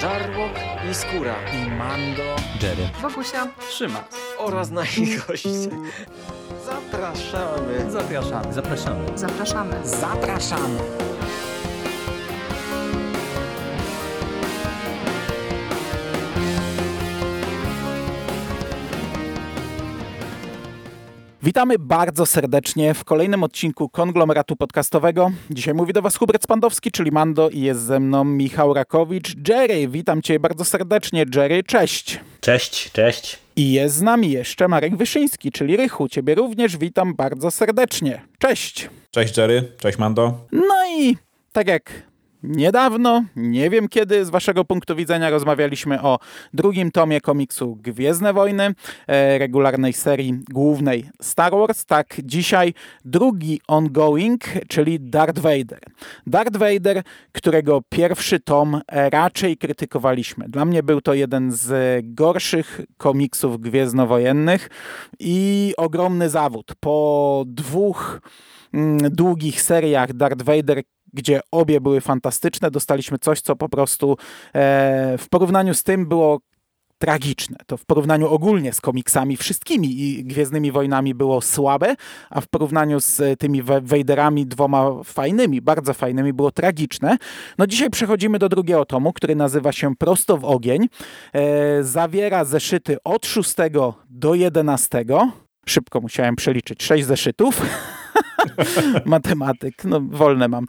Żarłok i Skóra i Mando, Jerry, Wokusia, Szymas. oraz nasi goście. Zapraszamy. Zapraszamy. zapraszamy. zapraszamy. Zapraszamy. Witamy bardzo serdecznie w kolejnym odcinku Konglomeratu Podcastowego. Dzisiaj mówi do Was Hubert Spandowski, czyli Mando, i jest ze mną Michał Rakowicz. Jerry, witam Cię bardzo serdecznie. Jerry, cześć. Cześć. I jest z nami jeszcze Marek Wyszyński, czyli Rychu. Ciebie również witam bardzo serdecznie. Cześć. Cześć Jerry, cześć Mando. No i tak jak niedawno, nie wiem kiedy, z waszego punktu widzenia rozmawialiśmy o drugim tomie komiksu Gwiezdne Wojny, regularnej serii głównej Star Wars. Tak, dzisiaj drugi ongoing, czyli Darth Vader. Darth Vader, którego pierwszy tom raczej krytykowaliśmy. Dla mnie był to jeden z gorszych komiksów gwiezdnowojennych i ogromny zawód. Po dwóch długich seriach Darth Vader, gdzie obie były fantastyczne, dostaliśmy coś, co po prostu w porównaniu z tym było tragiczne. To w porównaniu ogólnie z komiksami wszystkimi i Gwiezdnymi Wojnami było słabe, a w porównaniu z tymi Vaderami dwoma fajnymi, bardzo fajnymi, było tragiczne. No dzisiaj przechodzimy do drugiego tomu, który nazywa się Prosto w ogień. Zawiera zeszyty od 6 do 11. Szybko musiałem przeliczyć 6 zeszytów. Matematyk, no wolne mam.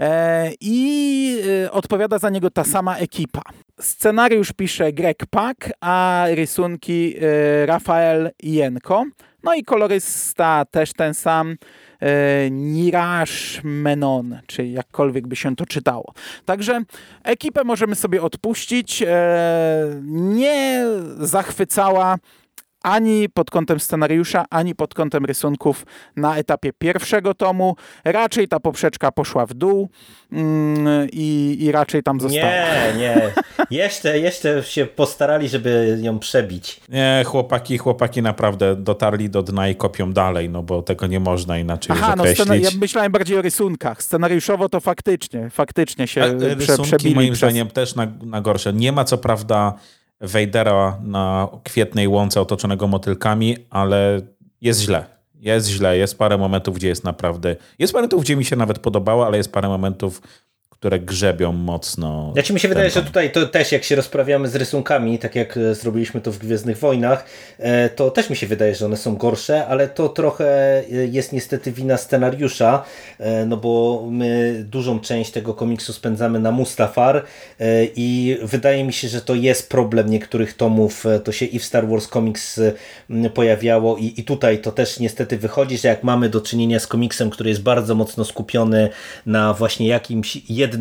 Odpowiada za niego ta sama ekipa. Scenariusz pisze Greg Pak, a rysunki Rafael Jenko. No i kolorysta też ten sam, Niraj Menon, czy jakkolwiek by się to czytało. Także ekipę możemy sobie odpuścić. Nie zachwycała ani pod kątem scenariusza, ani pod kątem rysunków na etapie pierwszego tomu. Raczej ta poprzeczka poszła w dół i raczej tam została. Nie. Jeszcze się postarali, żeby ją przebić. Nie, chłopaki naprawdę dotarli do dna i kopią dalej, no bo tego nie można inaczej już określić. Ja myślałem bardziej o rysunkach. Scenariuszowo to faktycznie się rysunki przebili. Moim zdaniem też na gorsze. Nie ma co prawda Vadera na kwietnej łące otoczonego motylkami, ale jest źle. Jest parę momentów, gdzie jest naprawdę... Jest parę momentów, gdzie mi się nawet podobało, ale jest parę momentów, które grzebią mocno. Znaczy mi się wydaje, że tutaj to też jak się rozprawiamy z rysunkami, tak jak zrobiliśmy to w Gwiezdnych Wojnach, to też mi się wydaje, że one są gorsze, ale to trochę jest niestety wina scenariusza, no bo my dużą część tego komiksu spędzamy na Mustafar i wydaje mi się, że to jest problem niektórych tomów, to się i w Star Wars Comics pojawiało i tutaj to też niestety wychodzi, że jak mamy do czynienia z komiksem, który jest bardzo mocno skupiony na właśnie jakimś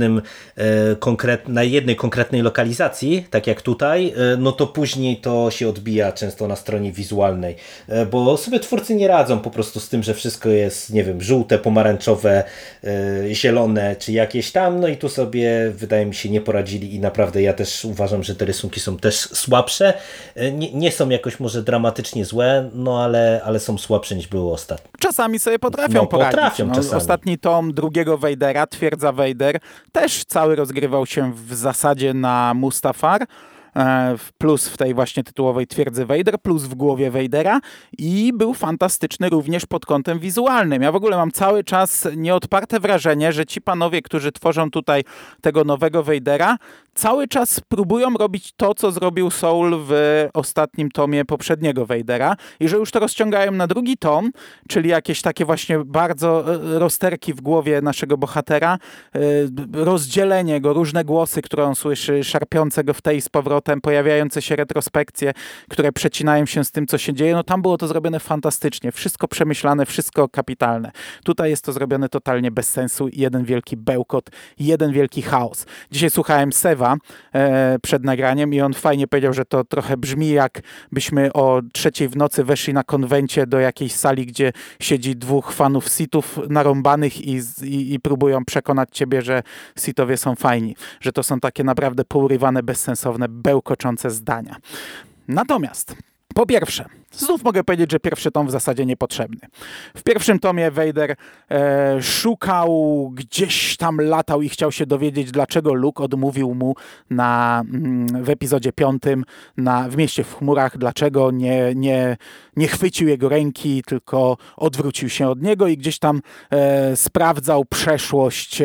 na jednej konkretnej lokalizacji, tak jak tutaj, no to później to się odbija często na stronie wizualnej, bo sobie twórcy nie radzą po prostu z tym, że wszystko jest, nie wiem, żółte, pomarańczowe, zielone, czy jakieś tam, no i tu sobie, wydaje mi się, nie poradzili i naprawdę ja też uważam, że te rysunki są też słabsze, nie są jakoś może dramatycznie złe, no ale są słabsze niż były ostatnio. Czasami sobie potrafią poradzić. Czasami. Ostatni tom drugiego Vadera, Twierdza Vader, też cały rozgrywał się w zasadzie na Mustafar, plus w tej właśnie tytułowej Twierdzy Vader, plus w głowie Vadera i był fantastyczny również pod kątem wizualnym. Ja w ogóle mam cały czas nieodparte wrażenie, że ci panowie, którzy tworzą tutaj tego nowego Vadera, cały czas próbują robić to, co zrobił Soul w ostatnim tomie poprzedniego Vadera i że już to rozciągają na drugi tom, czyli jakieś takie właśnie bardzo rozterki w głowie naszego bohatera, rozdzielenie go, różne głosy, które on słyszy, szarpiące go w tej z powrotem, pojawiające się retrospekcje, które przecinają się z tym, co się dzieje. No tam było to zrobione fantastycznie. Wszystko przemyślane, wszystko kapitalne. Tutaj jest to zrobione totalnie bez sensu. Jeden wielki bełkot, jeden wielki chaos. Dzisiaj słuchałem Sewa przed nagraniem i on fajnie powiedział, że to trochę brzmi jakbyśmy o 3:00 w nocy weszli na konwencie do jakiejś sali, gdzie siedzi dwóch fanów Sithów narąbanych i próbują przekonać ciebie, że Sithowie są fajni. Że to są takie naprawdę pourywane, bezsensowne, bełkoczące zdania. Natomiast po pierwsze, Znów mogę powiedzieć, że pierwszy tom w zasadzie niepotrzebny. W pierwszym tomie Vader szukał, gdzieś tam latał i chciał się dowiedzieć, dlaczego Luke odmówił mu w epizodzie 5 w Mieście w chmurach, dlaczego nie chwycił jego ręki, tylko odwrócił się od niego i gdzieś tam sprawdzał przeszłość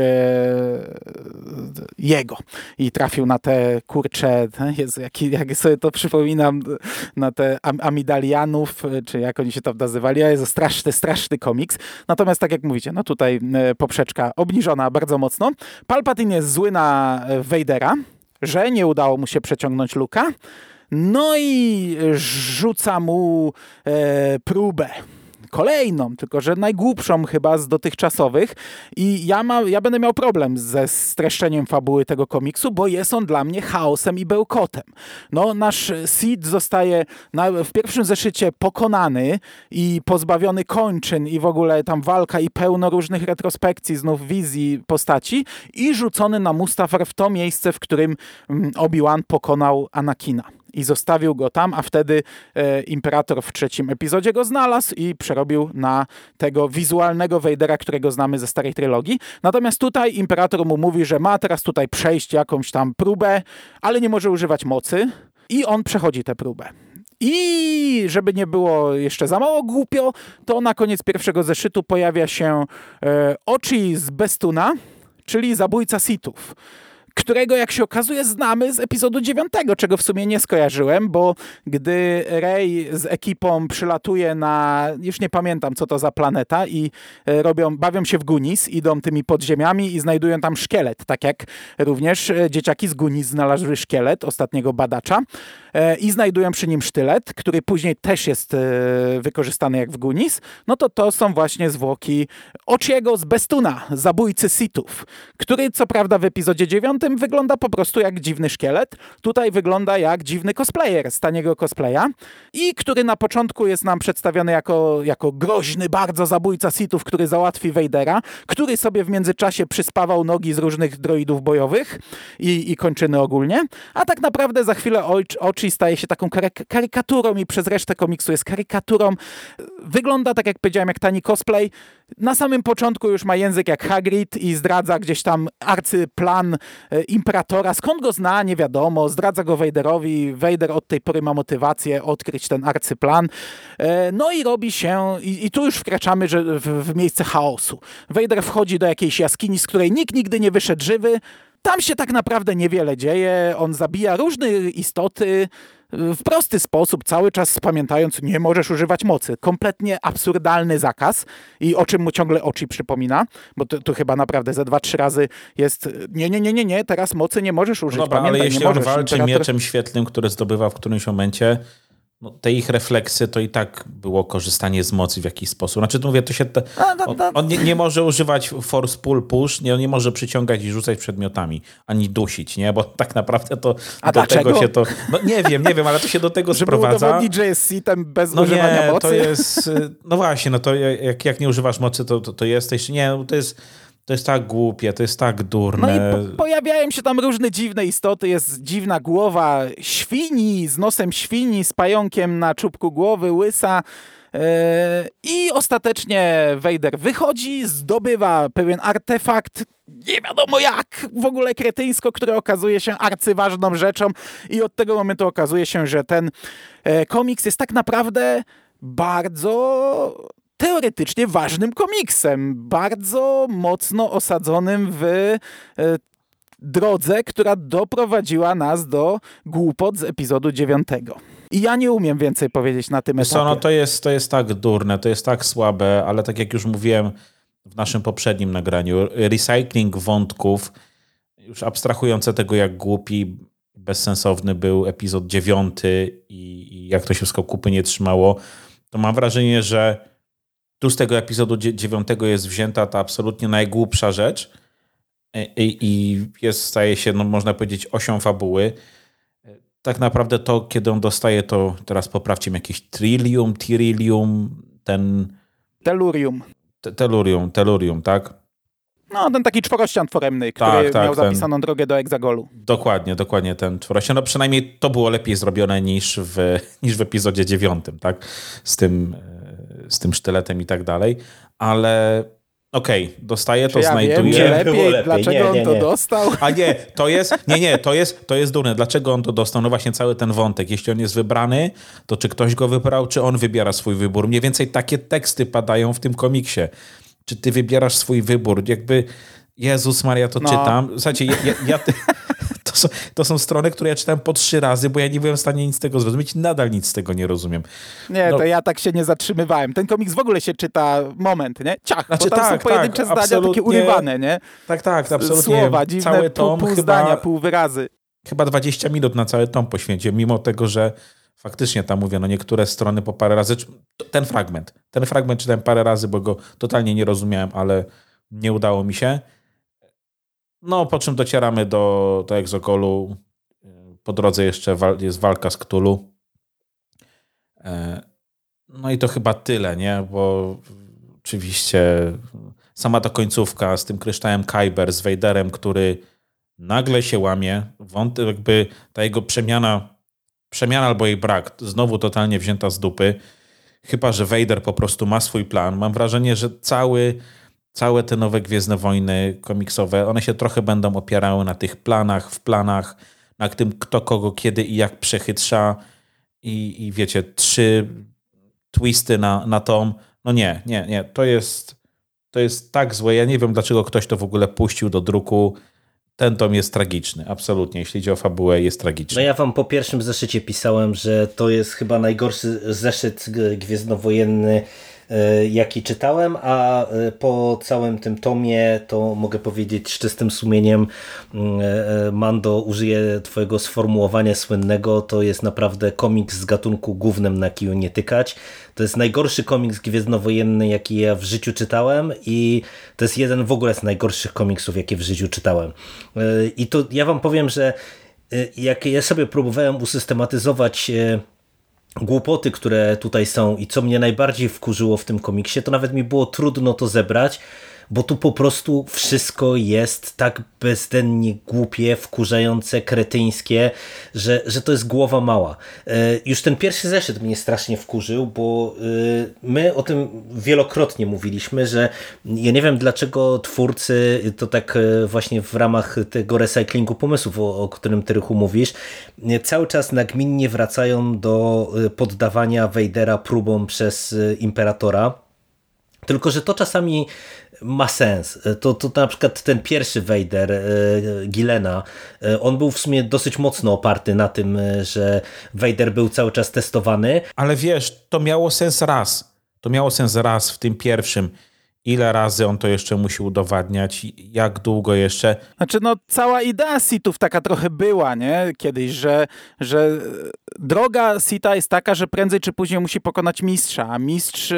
jego. I trafił na te kurcze, Jezu, jak sobie to przypominam, na te amidalianów, czy jak oni się tam nazywali, a jest straszny komiks. Natomiast tak jak mówicie, no tutaj poprzeczka obniżona bardzo mocno. Palpatine jest zły na Vadera, że nie udało mu się przeciągnąć Luke'a, no i rzuca mu próbę. Kolejną, tylko że najgłupszą chyba z dotychczasowych i ja będę miał problem ze streszczeniem fabuły tego komiksu, bo jest on dla mnie chaosem i bełkotem. No, nasz Sid zostaje w pierwszym zeszycie pokonany i pozbawiony kończyn i w ogóle tam walka i pełno różnych retrospekcji, znów wizji postaci i rzucony na Mustafar w to miejsce, w którym Obi-Wan pokonał Anakina. I zostawił go tam, a wtedy Imperator w 3. epizodzie go znalazł i przerobił na tego wizualnego Vadera, którego znamy ze starej trylogii. Natomiast tutaj Imperator mu mówi, że ma teraz tutaj przejść jakąś tam próbę, ale nie może używać mocy i on przechodzi tę próbę. I żeby nie było jeszcze za mało głupio, to na koniec pierwszego zeszytu pojawia się Ochi z Bestuna, czyli zabójca Sithów, którego, jak się okazuje, znamy z epizodu 9, czego w sumie nie skojarzyłem, bo gdy Rey z ekipą przylatuje już nie pamiętam, co to za planeta i bawią się w Goonies, idą tymi podziemiami i znajdują tam szkielet, tak jak również dzieciaki z Goonies znalazły szkielet ostatniego badacza i znajdują przy nim sztylet, który później też jest wykorzystany jak w Goonies, no to są właśnie zwłoki Ochiego z Bestuna, zabójcy Sithów, który co prawda w epizodzie 9 wygląda po prostu jak dziwny szkielet. Tutaj wygląda jak dziwny cosplayer z taniego cosplaya i który na początku jest nam przedstawiony jako groźny bardzo zabójca Sithów, który załatwi Vadera, który sobie w międzyczasie przyspawał nogi z różnych droidów bojowych i kończyny ogólnie, a tak naprawdę za chwilę Ochi staje się taką karykaturą i przez resztę komiksu jest karykaturą. Wygląda, tak jak powiedziałem, jak tani cosplay. Na samym początku już ma język jak Hagrid i zdradza gdzieś tam arcyplan Imperatora. Skąd go zna, nie wiadomo. Zdradza go Vaderowi. Vader od tej pory ma motywację odkryć ten arcyplan. No i robi się... I tu już wkraczamy w miejsce chaosu. Vader wchodzi do jakiejś jaskini, z której nikt nigdy nie wyszedł żywy. Tam się tak naprawdę niewiele dzieje. On zabija różne istoty w prosty sposób, cały czas pamiętając, nie możesz używać mocy. Kompletnie absurdalny zakaz i o czym mu ciągle Ochi przypomina, bo tu chyba naprawdę ze 2-3 razy jest nie, teraz mocy nie możesz użyć. Dobra, Pamiętaj, ale jeśli nie on możesz. walczy mieczem świetlnym, który zdobywa w którymś momencie, no, te ich refleksy to i tak było korzystanie z mocy w jakiś sposób. Znaczy, mówię, to się... On nie może używać force pull push, nie może przyciągać i rzucać przedmiotami, ani dusić, nie? Bo tak naprawdę to A do dlaczego? tego się to... No nie wiem, ale to się do tego sprowadza. Żeby udowodnić, że jest Sithem bez używania mocy? To jest... No właśnie, no to jak nie używasz mocy, to jesteś... Nie, no to jest tak głupie, to jest tak durne. No i pojawiają się tam różne dziwne istoty. Jest dziwna głowa świni z nosem świni, z pająkiem na czubku głowy, łysa. I ostatecznie Vader wychodzi, zdobywa pewien artefakt, nie wiadomo jak, w ogóle kretyńsko, który okazuje się arcyważną rzeczą i od tego momentu okazuje się, że ten komiks jest tak naprawdę bardzo... teoretycznie ważnym komiksem, bardzo mocno osadzonym w drodze, która doprowadziła nas do głupot z epizodu 9. I ja nie umiem więcej powiedzieć na tym etapie. No to jest tak durne, to jest tak słabe, ale tak jak już mówiłem w naszym poprzednim nagraniu, recycling wątków, już abstrahując od tego, jak głupi, bezsensowny był epizod 9 i jak to się wszystko kupy nie trzymało, to mam wrażenie, że tu z tego epizodu 9 jest wzięta ta absolutnie najgłupsza rzecz i staje się, no można powiedzieć, osią fabuły. Tak naprawdę to, kiedy on dostaje to, teraz poprawcie mnie, jakieś trillium, Tellurium, tak? No, ten taki czworościan foremny, który miał zapisaną drogę do Exagolu. Dokładnie ten czworościan. No przynajmniej to było lepiej zrobione niż w epizodzie 9, tak? Z tym sztyletem i tak dalej. Ale okej, dostaje, to znajduje. Lepiej. Dlaczego on to dostał? A nie, to jest durne. Dlaczego on to dostał? No właśnie cały ten wątek. Jeśli on jest wybrany, to czy ktoś go wybrał, czy on wybiera swój wybór? Mniej więcej takie teksty padają w tym komiksie. Czy ty wybierasz swój wybór? Jakby, Jezus Maria, to czytam. Słuchajcie, to są strony, które ja czytałem po 3 razy, bo ja nie byłem w stanie nic z tego zrozumieć i nadal nic z tego nie rozumiem. Nie, to ja tak się nie zatrzymywałem. Ten komiks w ogóle się czyta moment, nie? Ciach, bo tam są pojedyncze zdania takie urywane, nie? Tak, absolutnie. Słowa dziwne, cały tom, pół zdania, pół wyrazy. Chyba 20 minut na cały tom poświęciłem, mimo tego, że faktycznie tam mówię, no niektóre strony po parę razy, ten fragment czytałem parę razy, bo go totalnie nie rozumiałem, ale nie udało mi się. No, po czym docieramy do Exogolu. Po drodze jeszcze jest walka z Cthulhu. No i to chyba tyle, nie? Bo oczywiście sama ta końcówka z tym kryształem Kyber, z Vaderem, który nagle się łamie. Wątek, jakby ta jego przemiana albo jej brak, znowu totalnie wzięta z dupy. Chyba że Vader po prostu ma swój plan. Mam wrażenie, że całe te nowe Gwiezdne Wojny komiksowe, one się trochę będą opierały na tych planach, na tym kto kogo, kiedy i jak przechytrza i wiecie, 3 twisty na tom. No nie, to jest tak złe. Ja nie wiem, dlaczego ktoś to w ogóle puścił do druku. Ten tom jest tragiczny, absolutnie. Jeśli chodzi o fabułę, jest tragiczny. No ja wam po pierwszym zeszycie pisałem, że to jest chyba najgorszy zeszyt gwiezdnowojenny, jaki czytałem, a po całym tym tomie to mogę powiedzieć z czystym sumieniem, Mando, użyję twojego sformułowania słynnego, to jest naprawdę komiks z gatunku gównem, na kiju nie tykać. To jest najgorszy komiks gwiezdnowojenny, jaki ja w życiu czytałem i to jest jeden w ogóle z najgorszych komiksów, jakie w życiu czytałem. I to ja wam powiem, że jak ja sobie próbowałem usystematyzować głupoty, które tutaj są i co mnie najbardziej wkurzyło w tym komiksie, to nawet mi było trudno to zebrać, bo tu po prostu wszystko jest tak bezdennie głupie, wkurzające, kretyńskie, że to jest głowa mała. Już ten pierwszy zeszyt mnie strasznie wkurzył, bo my o tym wielokrotnie mówiliśmy, że ja nie wiem, dlaczego twórcy to tak właśnie w ramach tego recyklingu pomysłów, o którym ty, Rychu, mówisz, cały czas nagminnie wracają do poddawania Vadera próbom przez Imperatora. Tylko że to czasami ma sens. To na przykład ten pierwszy Vader Gilena, on był w sumie dosyć mocno oparty na tym, że Vader był cały czas testowany. Ale wiesz, to miało sens raz. To miało sens raz w tym pierwszym. Ile razy on to jeszcze musi udowadniać? Jak długo jeszcze? Znaczy, no cała idea Sithów taka trochę była, nie? Kiedyś, że droga Sitha jest taka, że prędzej czy później musi pokonać mistrza, a mistrz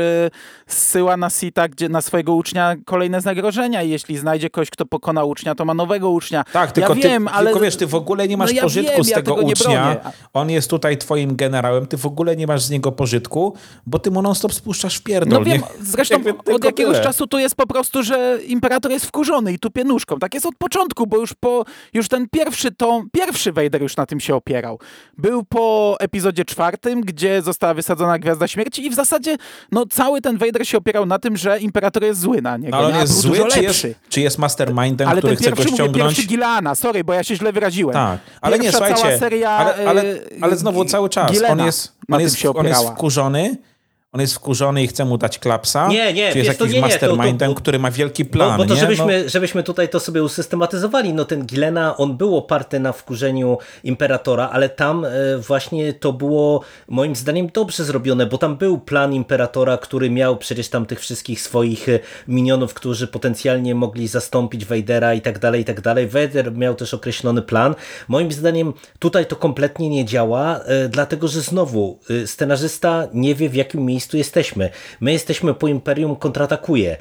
zsyła na Sitha, na swojego ucznia kolejne zagrożenia i jeśli znajdzie kogoś, kto pokona ucznia, to ma nowego ucznia. Tak, tylko tylko wiesz, ty w ogóle nie masz pożytku z tego ucznia. On jest tutaj twoim generałem, ty w ogóle nie masz z niego pożytku, bo ty mu non-stop spuszczasz w pierdol. No wiem, zresztą od jakiegoś czasu to jest po prostu, że imperator jest wkurzony i tupie nóżką. Tak jest od początku, bo już ten pierwszy Vader już na tym się opierał. Był po epizodzie 4, gdzie została wysadzona Gwiazda Śmierci i w zasadzie no cały ten Vader się opierał na tym, że imperator jest zły na niego. Ale on jest zły, czy jest mastermindem, który chce go ściągnąć? Ale pierwszy Gilana, sorry, bo ja się źle wyraziłem. Tak, ale nie, słuchajcie, seria, ale znowu cały czas Gilena on jest wkurzony. On jest wkurzony i chce mu dać klapsa? Nie, czy jest jakiś mastermindem, który ma wielki plan? Bo to żebyśmy tutaj to sobie usystematyzowali. No ten Gilena, on był oparty na wkurzeniu Imperatora, ale tam właśnie to było moim zdaniem dobrze zrobione, bo tam był plan Imperatora, który miał przecież tam tych wszystkich swoich minionów, którzy potencjalnie mogli zastąpić Vadera i tak dalej, i tak dalej. Vader miał też określony plan. Moim zdaniem tutaj to kompletnie nie działa, dlatego że znowu scenarzysta nie wie, w jakim miejscu jesteśmy. My jesteśmy po Imperium kontratakuje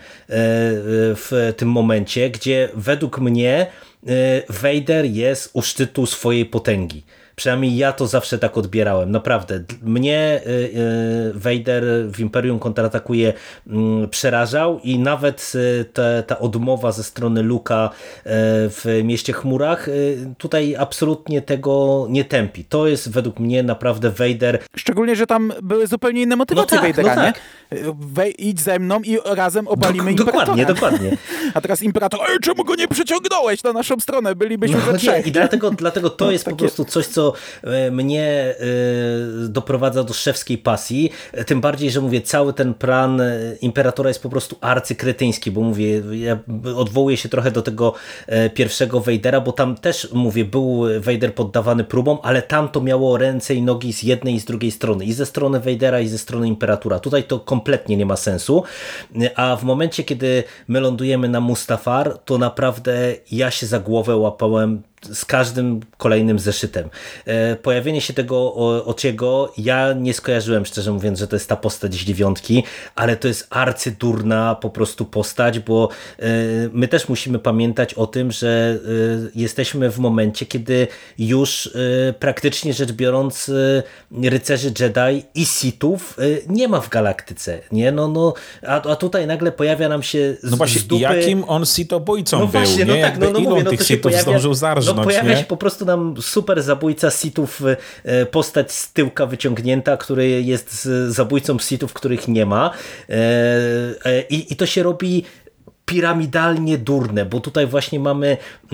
w tym momencie, gdzie według mnie Vader jest u szczytu swojej potęgi. Przynajmniej ja to zawsze tak odbierałem. Naprawdę. Mnie Vader w Imperium kontratakuje przerażał i nawet ta odmowa ze strony Luke'a w Mieście Chmurach tutaj absolutnie tego nie tępi. To jest według mnie naprawdę Vader. Szczególnie, że tam były zupełnie inne motywacje Vadera, nie? Idź ze mną i razem obalimy Imperatora. Dokładnie. A teraz Imperator, czemu go nie przeciągnąłeś na naszą stronę? Bylibyśmy we trzech. I dlatego to jest po prostu coś, co mnie doprowadza do szewskiej pasji. Tym bardziej, że mówię, cały ten plan Imperatora jest po prostu arcykretyński, bo mówię, ja odwołuję się trochę do tego pierwszego Vadera, bo tam też, mówię, był Vader poddawany próbom, ale tam to miało ręce i nogi z jednej i z drugiej strony. I ze strony Vadera, i ze strony Imperatora. Tutaj to kompletnie nie ma sensu. A w momencie, kiedy my lądujemy na Mustafar, to naprawdę ja się za głowę łapałem z każdym kolejnym zeszytem. Pojawienie się tego Ociego, ja nie skojarzyłem, szczerze mówiąc, że to jest ta postać z 9, ale to jest arcydurna po prostu postać, bo my też musimy pamiętać o tym, że jesteśmy w momencie, kiedy już praktycznie rzecz biorąc rycerzy Jedi i Sithów nie ma w galaktyce. Nie? A tutaj nagle pojawia nam się no właśnie, z dupy... jakim on Sithobójcą był? Właśnie, nie? mówię, tych Sithów zdążył zarżnąć? Pojawia się po prostu nam super zabójca Sithów, postać z tyłka wyciągnięta, który jest zabójcą Sithów, których nie ma. I to się robi piramidalnie durne, bo tutaj właśnie mamy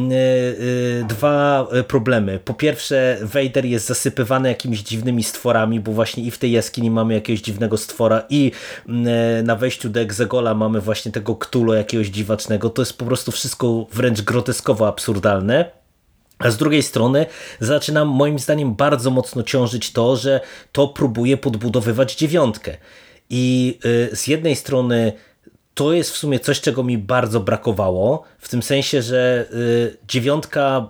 dwa problemy. Po pierwsze, Vader jest zasypywany jakimiś dziwnymi stworami, bo właśnie i w tej jaskini mamy jakiegoś dziwnego stwora i na wejściu do Exegola mamy właśnie tego Cthulhu jakiegoś dziwacznego. To jest po prostu wszystko wręcz groteskowo absurdalne. A z drugiej strony zaczyna moim zdaniem bardzo mocno ciążyć to, że to próbuje podbudowywać 9. I z jednej strony to jest w sumie coś, czego mi bardzo brakowało, w tym sensie, że 9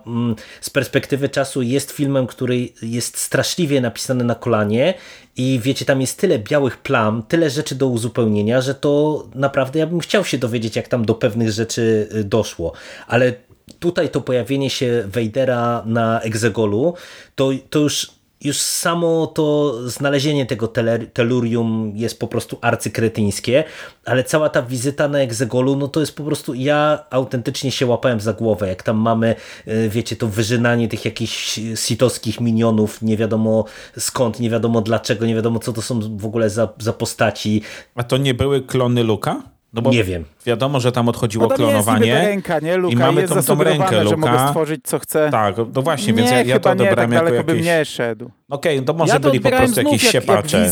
z perspektywy czasu jest filmem, który jest straszliwie napisany na kolanie i wiecie, tam jest tyle białych plam, tyle rzeczy do uzupełnienia, że to naprawdę ja bym chciał się dowiedzieć, jak tam do pewnych rzeczy doszło, ale tutaj to pojawienie się Vadera na Exegolu, to już samo to znalezienie tego tellurium jest po prostu arcykretyńskie, ale cała ta wizyta na Exegolu, no to jest po prostu, ja autentycznie się łapałem za głowę, jak tam mamy, wiecie, to wyżynanie tych jakichś sithowskich minionów, nie wiadomo skąd, nie wiadomo dlaczego, nie wiadomo co to są w ogóle za postaci. A to nie były klony Luka? No bo nie wiem. Wiadomo, że tam odchodziło klonowanie. Jest ręka, nie? Luka, i mamy jest tą rękę Luka. Że mogę stworzyć co chcę. Tak, no właśnie, więc nie, ja to odebrałem tak jako jakieś... bym nie szedł. Okej, to może byli po prostu jakieś siepacze.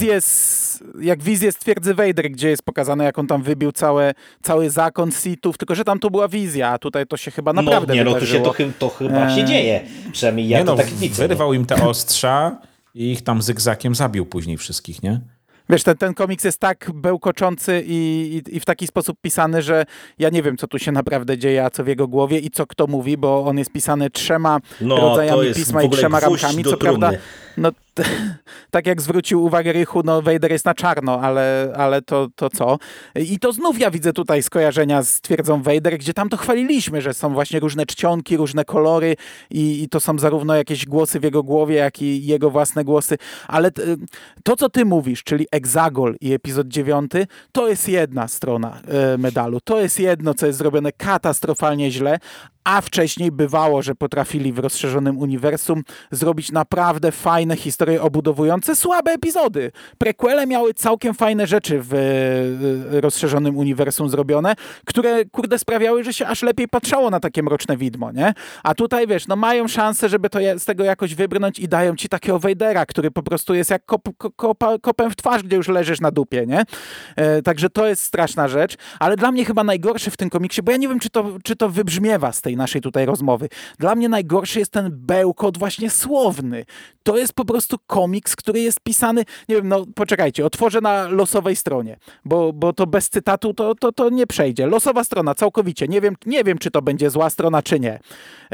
Jak wizję z Twierdzy Vader, gdzie jest pokazane, jak on tam wybił cały zakon Sithów, tylko że tam to była wizja, a tutaj to się chyba naprawdę wydarzyło. To chyba się dzieje. Przynajmniej ja to tak widzę. Wyrwał im te ostrza i ich tam zygzakiem zabił później wszystkich, nie? Wiesz, ten komiks jest tak bełkoczący i w taki sposób pisany, że ja nie wiem, co tu się naprawdę dzieje, a co w jego głowie i co kto mówi, bo on jest pisany 3 rodzajami pisma i 3 ramkami, co prawda. No, tak jak zwrócił uwagę Rychu, no Vader jest na czarno, ale to co? I to znów ja widzę tutaj skojarzenia z Twierdzą Vader, gdzie tam to chwaliliśmy, że są właśnie różne czcionki, różne kolory i to są zarówno jakieś głosy w jego głowie, jak i jego własne głosy, ale to, co ty mówisz, czyli Exegol i epizod 9, to jest jedna strona medalu. To jest jedno, co jest zrobione katastrofalnie źle, a wcześniej bywało, że potrafili w rozszerzonym uniwersum zrobić naprawdę fajne historie obudowujące słabe epizody. Prequele miały całkiem fajne rzeczy w rozszerzonym uniwersum zrobione, które, kurde, sprawiały, że się aż lepiej patrzało na takie mroczne widmo, nie? A tutaj, wiesz, no mają szansę, żeby to z tego jakoś wybrnąć i dają ci takiego Vadera, który po prostu jest jak kopem w twarz, gdzie już leżysz na dupie, nie? Także to jest straszna rzecz, ale dla mnie chyba najgorsze w tym komiksie, bo ja nie wiem, czy to wybrzmiewa z tej naszej tutaj rozmowy. Dla mnie najgorszy jest ten bełkot właśnie słowny. To jest po prostu komiks, który jest pisany, nie wiem, no poczekajcie, otworzę na losowej stronie, bo to bez cytatu to nie przejdzie. Losowa strona, całkowicie. Nie wiem, czy to będzie zła strona, czy nie.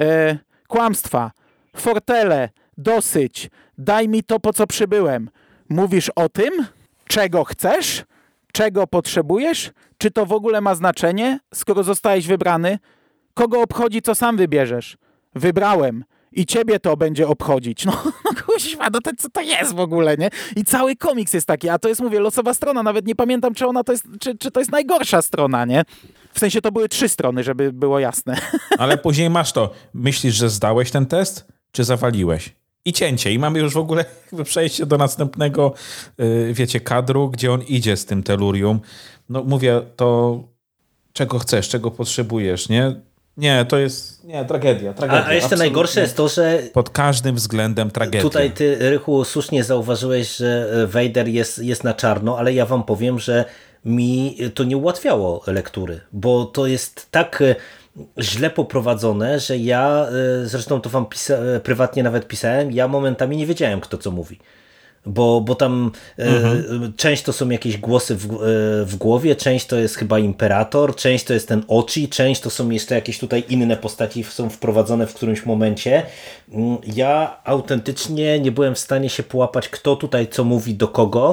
Kłamstwa, fortele, dosyć, daj mi to, po co przybyłem. Mówisz o tym, czego chcesz, czego potrzebujesz, czy to w ogóle ma znaczenie, skoro zostałeś wybrany? Kogo obchodzi, co sam wybierzesz? Wybrałem. i ciebie to będzie obchodzić. No kuźwa, no to co to jest w ogóle, nie? I cały komiks jest taki, a to jest, mówię, losowa strona, nawet nie pamiętam, czy ona to jest, czy to jest najgorsza strona, nie? W sensie to były 3 strony, żeby było jasne. Ale później masz to. Myślisz, że zdałeś ten test, czy zawaliłeś? I cięcie. I mamy już w ogóle przejście do następnego, wiecie, kadru, gdzie on idzie z tym telurium. No mówię, to czego chcesz, czego potrzebujesz, nie? Nie, to jest tragedia. A jeszcze najgorsze jest to, że pod każdym względem tragedia. Tutaj ty, Rychu, słusznie zauważyłeś, że Vader jest na czarno, ale ja wam powiem, że mi to nie ułatwiało lektury, bo to jest tak źle poprowadzone, że ja, zresztą to wam prywatnie nawet pisałem, ja momentami nie wiedziałem, kto co mówi. Bo tam część to są jakieś głosy w głowie, część to jest chyba Imperator, część to jest ten Ochi, część to są jeszcze jakieś tutaj inne postaci są wprowadzone w którymś momencie. Ja autentycznie nie byłem w stanie się połapać, kto tutaj co mówi do kogo,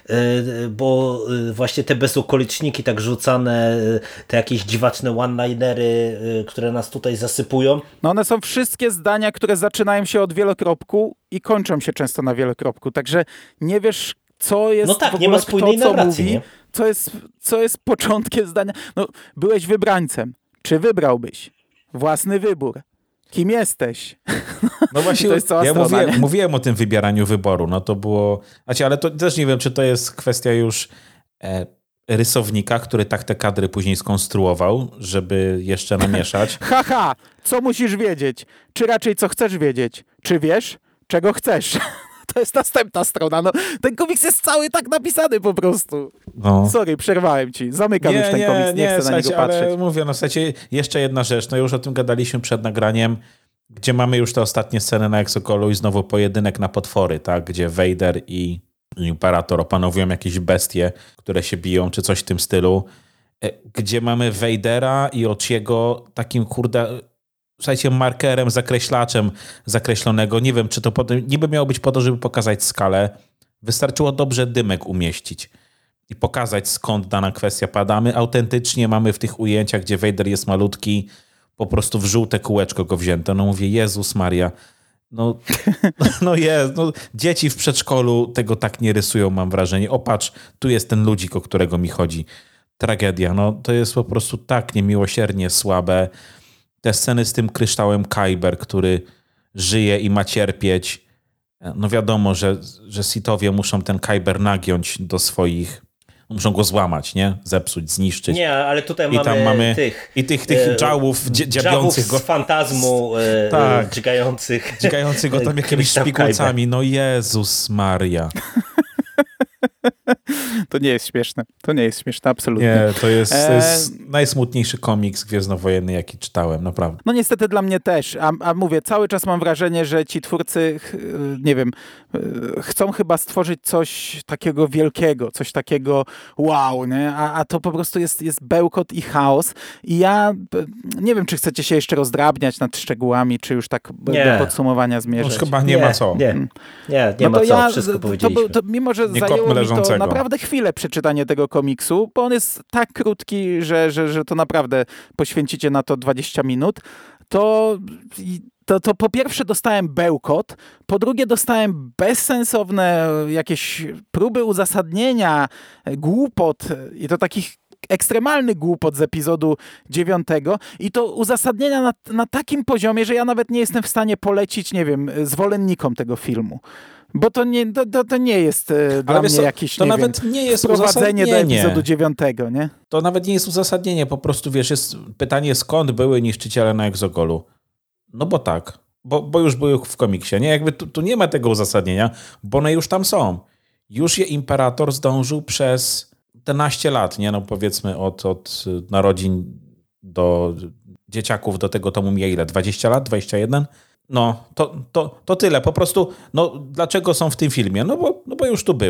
bo właśnie te bezokoliczniki tak rzucane, te jakieś dziwaczne one-linery, które nas tutaj zasypują. No one są wszystkie zdania, które zaczynają się od wielokropku i kończą się często na wielokropku, także nie wiesz, co jest no tak, w ogóle, nie ma spójnej kto co narracji, mówi, nie? co jest początkiem zdania. No, byłeś wybrańcem. Czy wybrałbyś? Własny wybór. Kim jesteś? No właśnie, to jest cała ja strona, mówiłem o tym wybieraniu wyboru. No to było... Znaczy, ale to też nie wiem, czy to jest kwestia już rysownika, który tak te kadry później skonstruował, żeby jeszcze namieszać. Haha, co musisz wiedzieć? Czy raczej co chcesz wiedzieć? Czy wiesz, czego chcesz? To jest następna strona. No, ten komiks jest cały tak napisany po prostu. No. Sorry, przerwałem ci. Zamykam już ten komiks, nie chcę na niego patrzeć. Ale mówię, no w sensie jeszcze jedna rzecz, no już o tym gadaliśmy przed nagraniem, gdzie mamy już te ostatnie sceny na Exokolu i znowu pojedynek na potwory, tak, gdzie Vader i Imperator opanowują jakieś bestie, które się biją, czy coś w tym stylu, gdzie mamy Vadera i Ochiego takim, kurde, słuchajcie, markerem, zakreślaczem zakreślonego. Nie wiem, czy to niby miało być po to, żeby pokazać skalę. Wystarczyło dobrze dymek umieścić i pokazać, skąd dana kwestia pada. My autentycznie mamy w tych ujęciach, gdzie Vader jest malutki, po prostu w żółte kółeczko go wzięte. No mówię, Jezus Maria, no dzieci w przedszkolu tego tak nie rysują, mam wrażenie. O patrz, tu jest ten ludzik, o którego mi chodzi. Tragedia, no to jest po prostu tak niemiłosiernie słabe. Te sceny z tym kryształem Kyber, który żyje i ma cierpieć. No wiadomo, że Sithowie muszą ten Kyber nagiąć do swoich... Muszą go złamać, nie? Zepsuć, zniszczyć. Nie, ale tutaj mamy tych... I tych dżałów dziabiących go. Z fantazmu tak, dźgających go tam jakimiś szpikulcami. No Jezus Maria. To nie jest śmieszne. To nie jest śmieszne, absolutnie. Nie, to jest najsmutniejszy komiks gwiezdnowojenny, jaki czytałem, naprawdę. No niestety dla mnie też. A mówię, cały czas mam wrażenie, że ci twórcy, nie wiem, chcą chyba stworzyć coś takiego wielkiego, coś takiego wow, nie? A to po prostu jest bełkot i chaos. I ja nie wiem, czy chcecie się jeszcze rozdrabniać nad szczegółami, czy już tak do podsumowania zmierzać. Już chyba nie ma co. Nie ma co, wszystko powiedzieliśmy. Mimo, że zajęło mi to naprawdę chwilę przeczytanie tego komiksu, bo on jest tak krótki, że to naprawdę poświęcicie na to 20 minut, to po pierwsze dostałem bełkot, po drugie dostałem bezsensowne jakieś próby uzasadnienia głupot i to takich ekstremalny głupot z epizodu 9 i to uzasadnienia na takim poziomie, że ja nawet nie jestem w stanie polecić, nie wiem, zwolennikom tego filmu. Bo to nie jest dla mnie jakieś, to nawet nie jest wprowadzenie do epizodu 9, nie? To nawet nie jest uzasadnienie, po prostu wiesz, jest pytanie, skąd były niszczyciele na Exogolu. No bo tak, bo już były w komiksie, nie? Jakby tu nie ma tego uzasadnienia, bo one już tam są. Już je Imperator zdążył przez 11 lat, nie? No powiedzmy od narodzin do dzieciaków do tego tomu mija ile? 20 lat? 21? No, to tyle. Po prostu, no dlaczego są w tym filmie? No bo już tu były.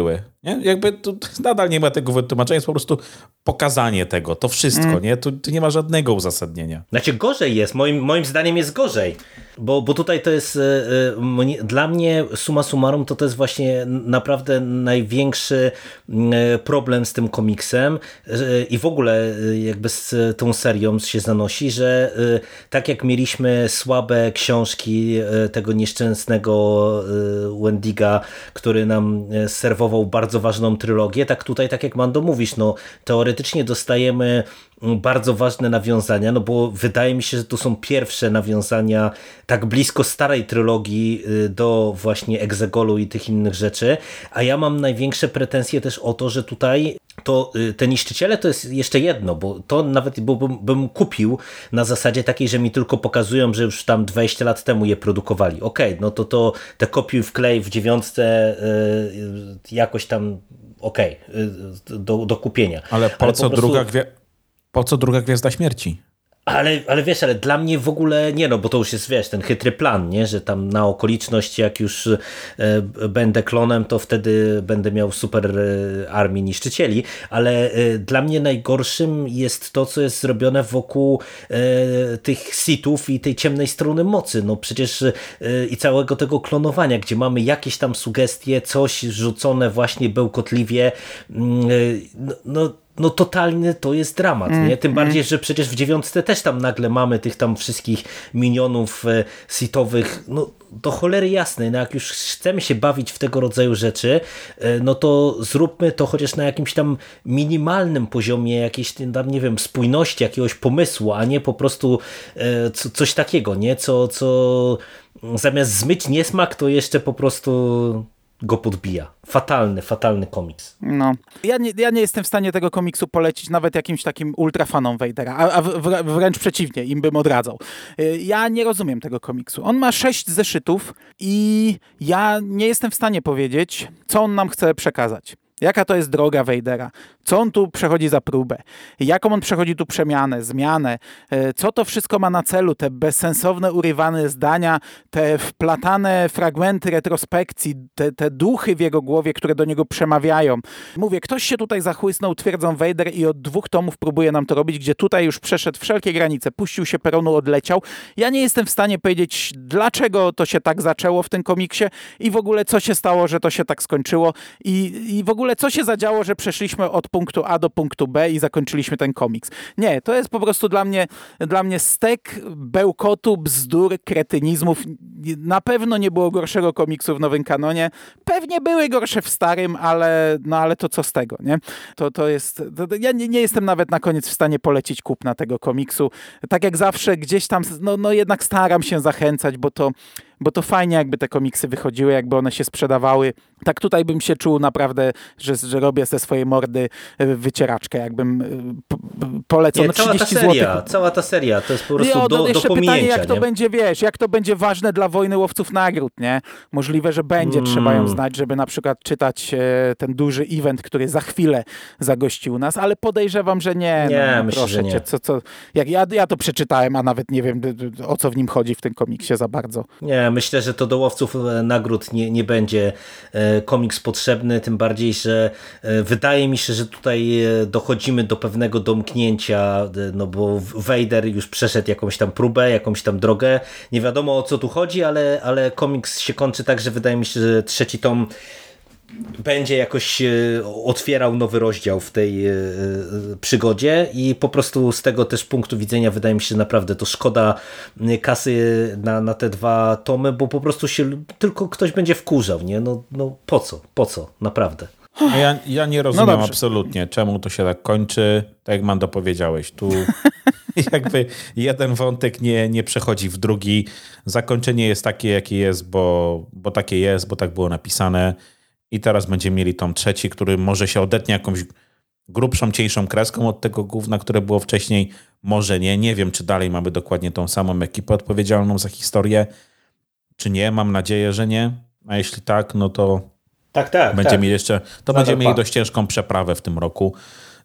Nie? Jakby tu nadal nie ma tego wytłumaczenia, jest po prostu pokazanie tego, to wszystko, nie? Tu nie ma żadnego uzasadnienia. Znaczy gorzej jest, moim zdaniem jest gorzej, bo tutaj to jest dla mnie summa summarum to jest właśnie naprawdę największy problem z tym komiksem i w ogóle jakby z tą serią się zanosi, że tak jak mieliśmy słabe książki tego nieszczęsnego Wendiga, który nam serwował bardzo ważną trylogię, tak tutaj, tak jak Mando mówisz, no teoretycznie dostajemy bardzo ważne nawiązania, no bo wydaje mi się, że to są pierwsze nawiązania tak blisko starej trylogii do właśnie Exegolu i tych innych rzeczy, a ja mam największe pretensje też o to, że tutaj to te niszczyciele to jest jeszcze jedno, bo to nawet bym kupił na zasadzie takiej, że mi tylko pokazują, że już tam 20 lat temu je produkowali. Okej, no to te kopiuj wklej w 9 jakoś tam do kupienia. Ale po co druga Gwiazda Śmierci? Ale wiesz, ale dla mnie w ogóle nie, no bo to już jest, wiesz, ten chytry plan, nie, że tam na okoliczność, jak już będę klonem, to wtedy będę miał super armię niszczycieli, ale dla mnie najgorszym jest to, co jest zrobione wokół tych Sithów i tej ciemnej strony mocy, no przecież i całego tego klonowania, gdzie mamy jakieś tam sugestie, coś rzucone właśnie bełkotliwie, no totalny to jest dramat, nie? Tym bardziej, że przecież w 9 też tam nagle mamy tych tam wszystkich minionów sithowych, no do cholery jasnej, no jak już chcemy się bawić w tego rodzaju rzeczy, no to zróbmy to chociaż na jakimś tam minimalnym poziomie jakiejś tam, nie wiem, spójności, jakiegoś pomysłu, a nie po prostu coś takiego, nie? Co zamiast zmyć niesmak, to jeszcze po prostu go podbija. Fatalny komiks. No. Ja nie jestem w stanie tego komiksu polecić nawet jakimś takim ultrafanom Vadera, a wręcz przeciwnie, im bym odradzał. Ja nie rozumiem tego komiksu. On ma 6 zeszytów i ja nie jestem w stanie powiedzieć, co on nam chce przekazać. Jaka to jest droga Vadera? Co on tu przechodzi za próbę? Jaką on przechodzi tu przemianę, zmianę? Co to wszystko ma na celu? Te bezsensowne, urywane zdania, te wplatane fragmenty retrospekcji, te duchy w jego głowie, które do niego przemawiają. Mówię, ktoś się tutaj zachłysnął twierdzą Vader i od 2 tomów próbuje nam to robić, gdzie tutaj już przeszedł wszelkie granice, puścił się peronu, odleciał. Ja nie jestem w stanie powiedzieć, dlaczego to się tak zaczęło w tym komiksie i w ogóle co się stało, że to się tak skończyło i w ogóle co się zadziało, że przeszliśmy od punktu A do punktu B i zakończyliśmy ten komiks. Nie, to jest po prostu dla mnie stek bełkotu, bzdur, kretynizmów. Na pewno nie było gorszego komiksu w nowym kanonie. Pewnie były gorsze w starym, ale to co z tego, nie? Ja nie jestem nawet na koniec w stanie polecić kupna tego komiksu. Tak jak zawsze gdzieś tam, jednak staram się zachęcać, bo to fajnie jakby te komiksy wychodziły, jakby one się sprzedawały. Tak tutaj bym się czuł naprawdę, że robię ze swojej mordy wycieraczkę, jakbym polecony 30 zł. Cała ta seria, to jest po prostu do jeszcze pominięcia. Pytanie, jak to będzie, jak to będzie ważne dla Wojny Łowców Nagród, nie? Możliwe, że będzie trzeba ją znać, żeby na przykład czytać ten duży event, który za chwilę zagości u nas, ale podejrzewam, że nie. Myślę, proszę że nie. cię, jak ja to przeczytałem, a nawet nie wiem, o co w nim chodzi w tym komiksie za bardzo. Nie, myślę, że to do Łowców Nagród nie będzie komiks potrzebny, tym bardziej, że wydaje mi się, że tutaj dochodzimy do pewnego domknięcia, no bo Vader już przeszedł jakąś tam próbę, jakąś tam drogę. Nie wiadomo o co tu chodzi, ale komiks się kończy tak, że wydaje mi się, że 3 tom będzie jakoś otwierał nowy rozdział w tej przygodzie i po prostu z tego też punktu widzenia wydaje mi się, że naprawdę to szkoda kasy na te 2 tomy, bo po prostu się tylko ktoś będzie wkurzał, nie? No po co? Naprawdę. Ja nie rozumiem absolutnie, czemu to się tak kończy, tak jak Mando powiedziałeś, tu jakby jeden wątek nie przechodzi w drugi, zakończenie jest takie, jakie jest, bo takie jest, bo tak było napisane. I teraz będziemy mieli tom 3, który może się odetnie jakąś grubszą, cieńszą kreską od tego gówna, które było wcześniej. Może nie. Nie wiem, czy dalej mamy dokładnie tą samą ekipę odpowiedzialną za historię, czy nie. Mam nadzieję, że nie. A jeśli tak, no to będziemy mieli dość ciężką przeprawę w tym roku.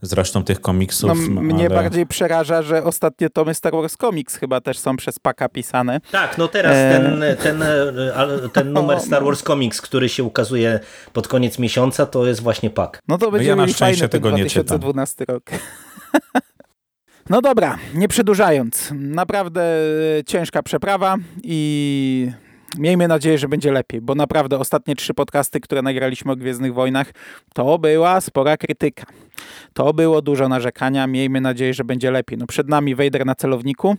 zresztą tych komiksów. No, mnie ale... bardziej przeraża, że ostatnie tomy Star Wars Comics chyba też są przez Paka pisane. Tak, no teraz ten numer Star Wars Comics, który się ukazuje pod koniec miesiąca, to jest właśnie Pak. No to będzie ja na mieli szczęście fajny ten tego nie czytam. 2012 rok. No dobra, nie przedłużając. Naprawdę ciężka przeprawa i miejmy nadzieję, że będzie lepiej, bo naprawdę ostatnie 3 podcasty, które nagraliśmy o Gwiezdnych Wojnach, to była spora krytyka. To było dużo narzekania, miejmy nadzieję, że będzie lepiej. No przed nami Vader na celowniku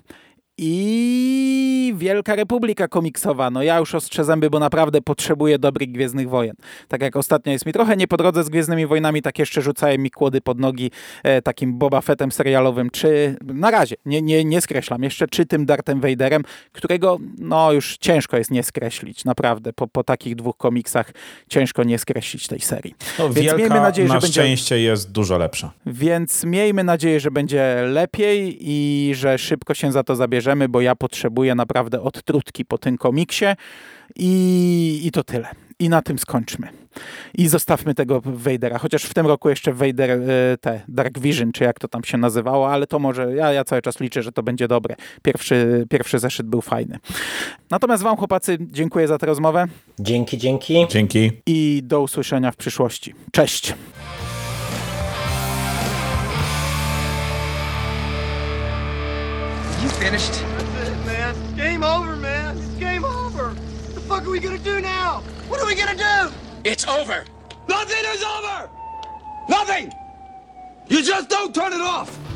i Wielka Republika komiksowa. No ja już ostrzę zęby, bo naprawdę potrzebuję dobrych Gwiezdnych Wojen. Tak jak ostatnio jest mi trochę nie po drodze z Gwiezdnymi Wojnami, tak jeszcze rzucają mi kłody pod nogi takim Boba Fettem serialowym, czy na razie, nie skreślam, jeszcze czy tym Darthem Vaderem, którego no już ciężko jest nie skreślić, naprawdę. Po takich 2 komiksach ciężko nie skreślić tej serii. No, Więc Wielka miejmy nadzieję, że na będzie... szczęście jest dużo lepsza. Więc miejmy nadzieję, że będzie lepiej i że szybko się za to zabierzemy, bo ja potrzebuję naprawdę odtrutki po tym komiksie i to tyle. I na tym skończmy. I zostawmy tego Vadera, chociaż w tym roku jeszcze Vader, Dark Vision, czy jak to tam się nazywało, ale to może, ja cały czas liczę, że to będzie dobre. Pierwszy zeszyt był fajny. Natomiast wam, chłopacy, dziękuję za tę rozmowę. Dzięki. Dzięki. I do usłyszenia w przyszłości. Cześć! You finished? That's it, man. Game over, man. It's game over. What the fuck are we gonna do now? What are we gonna do? It's over. Nothing is over! Nothing! You just don't turn it off!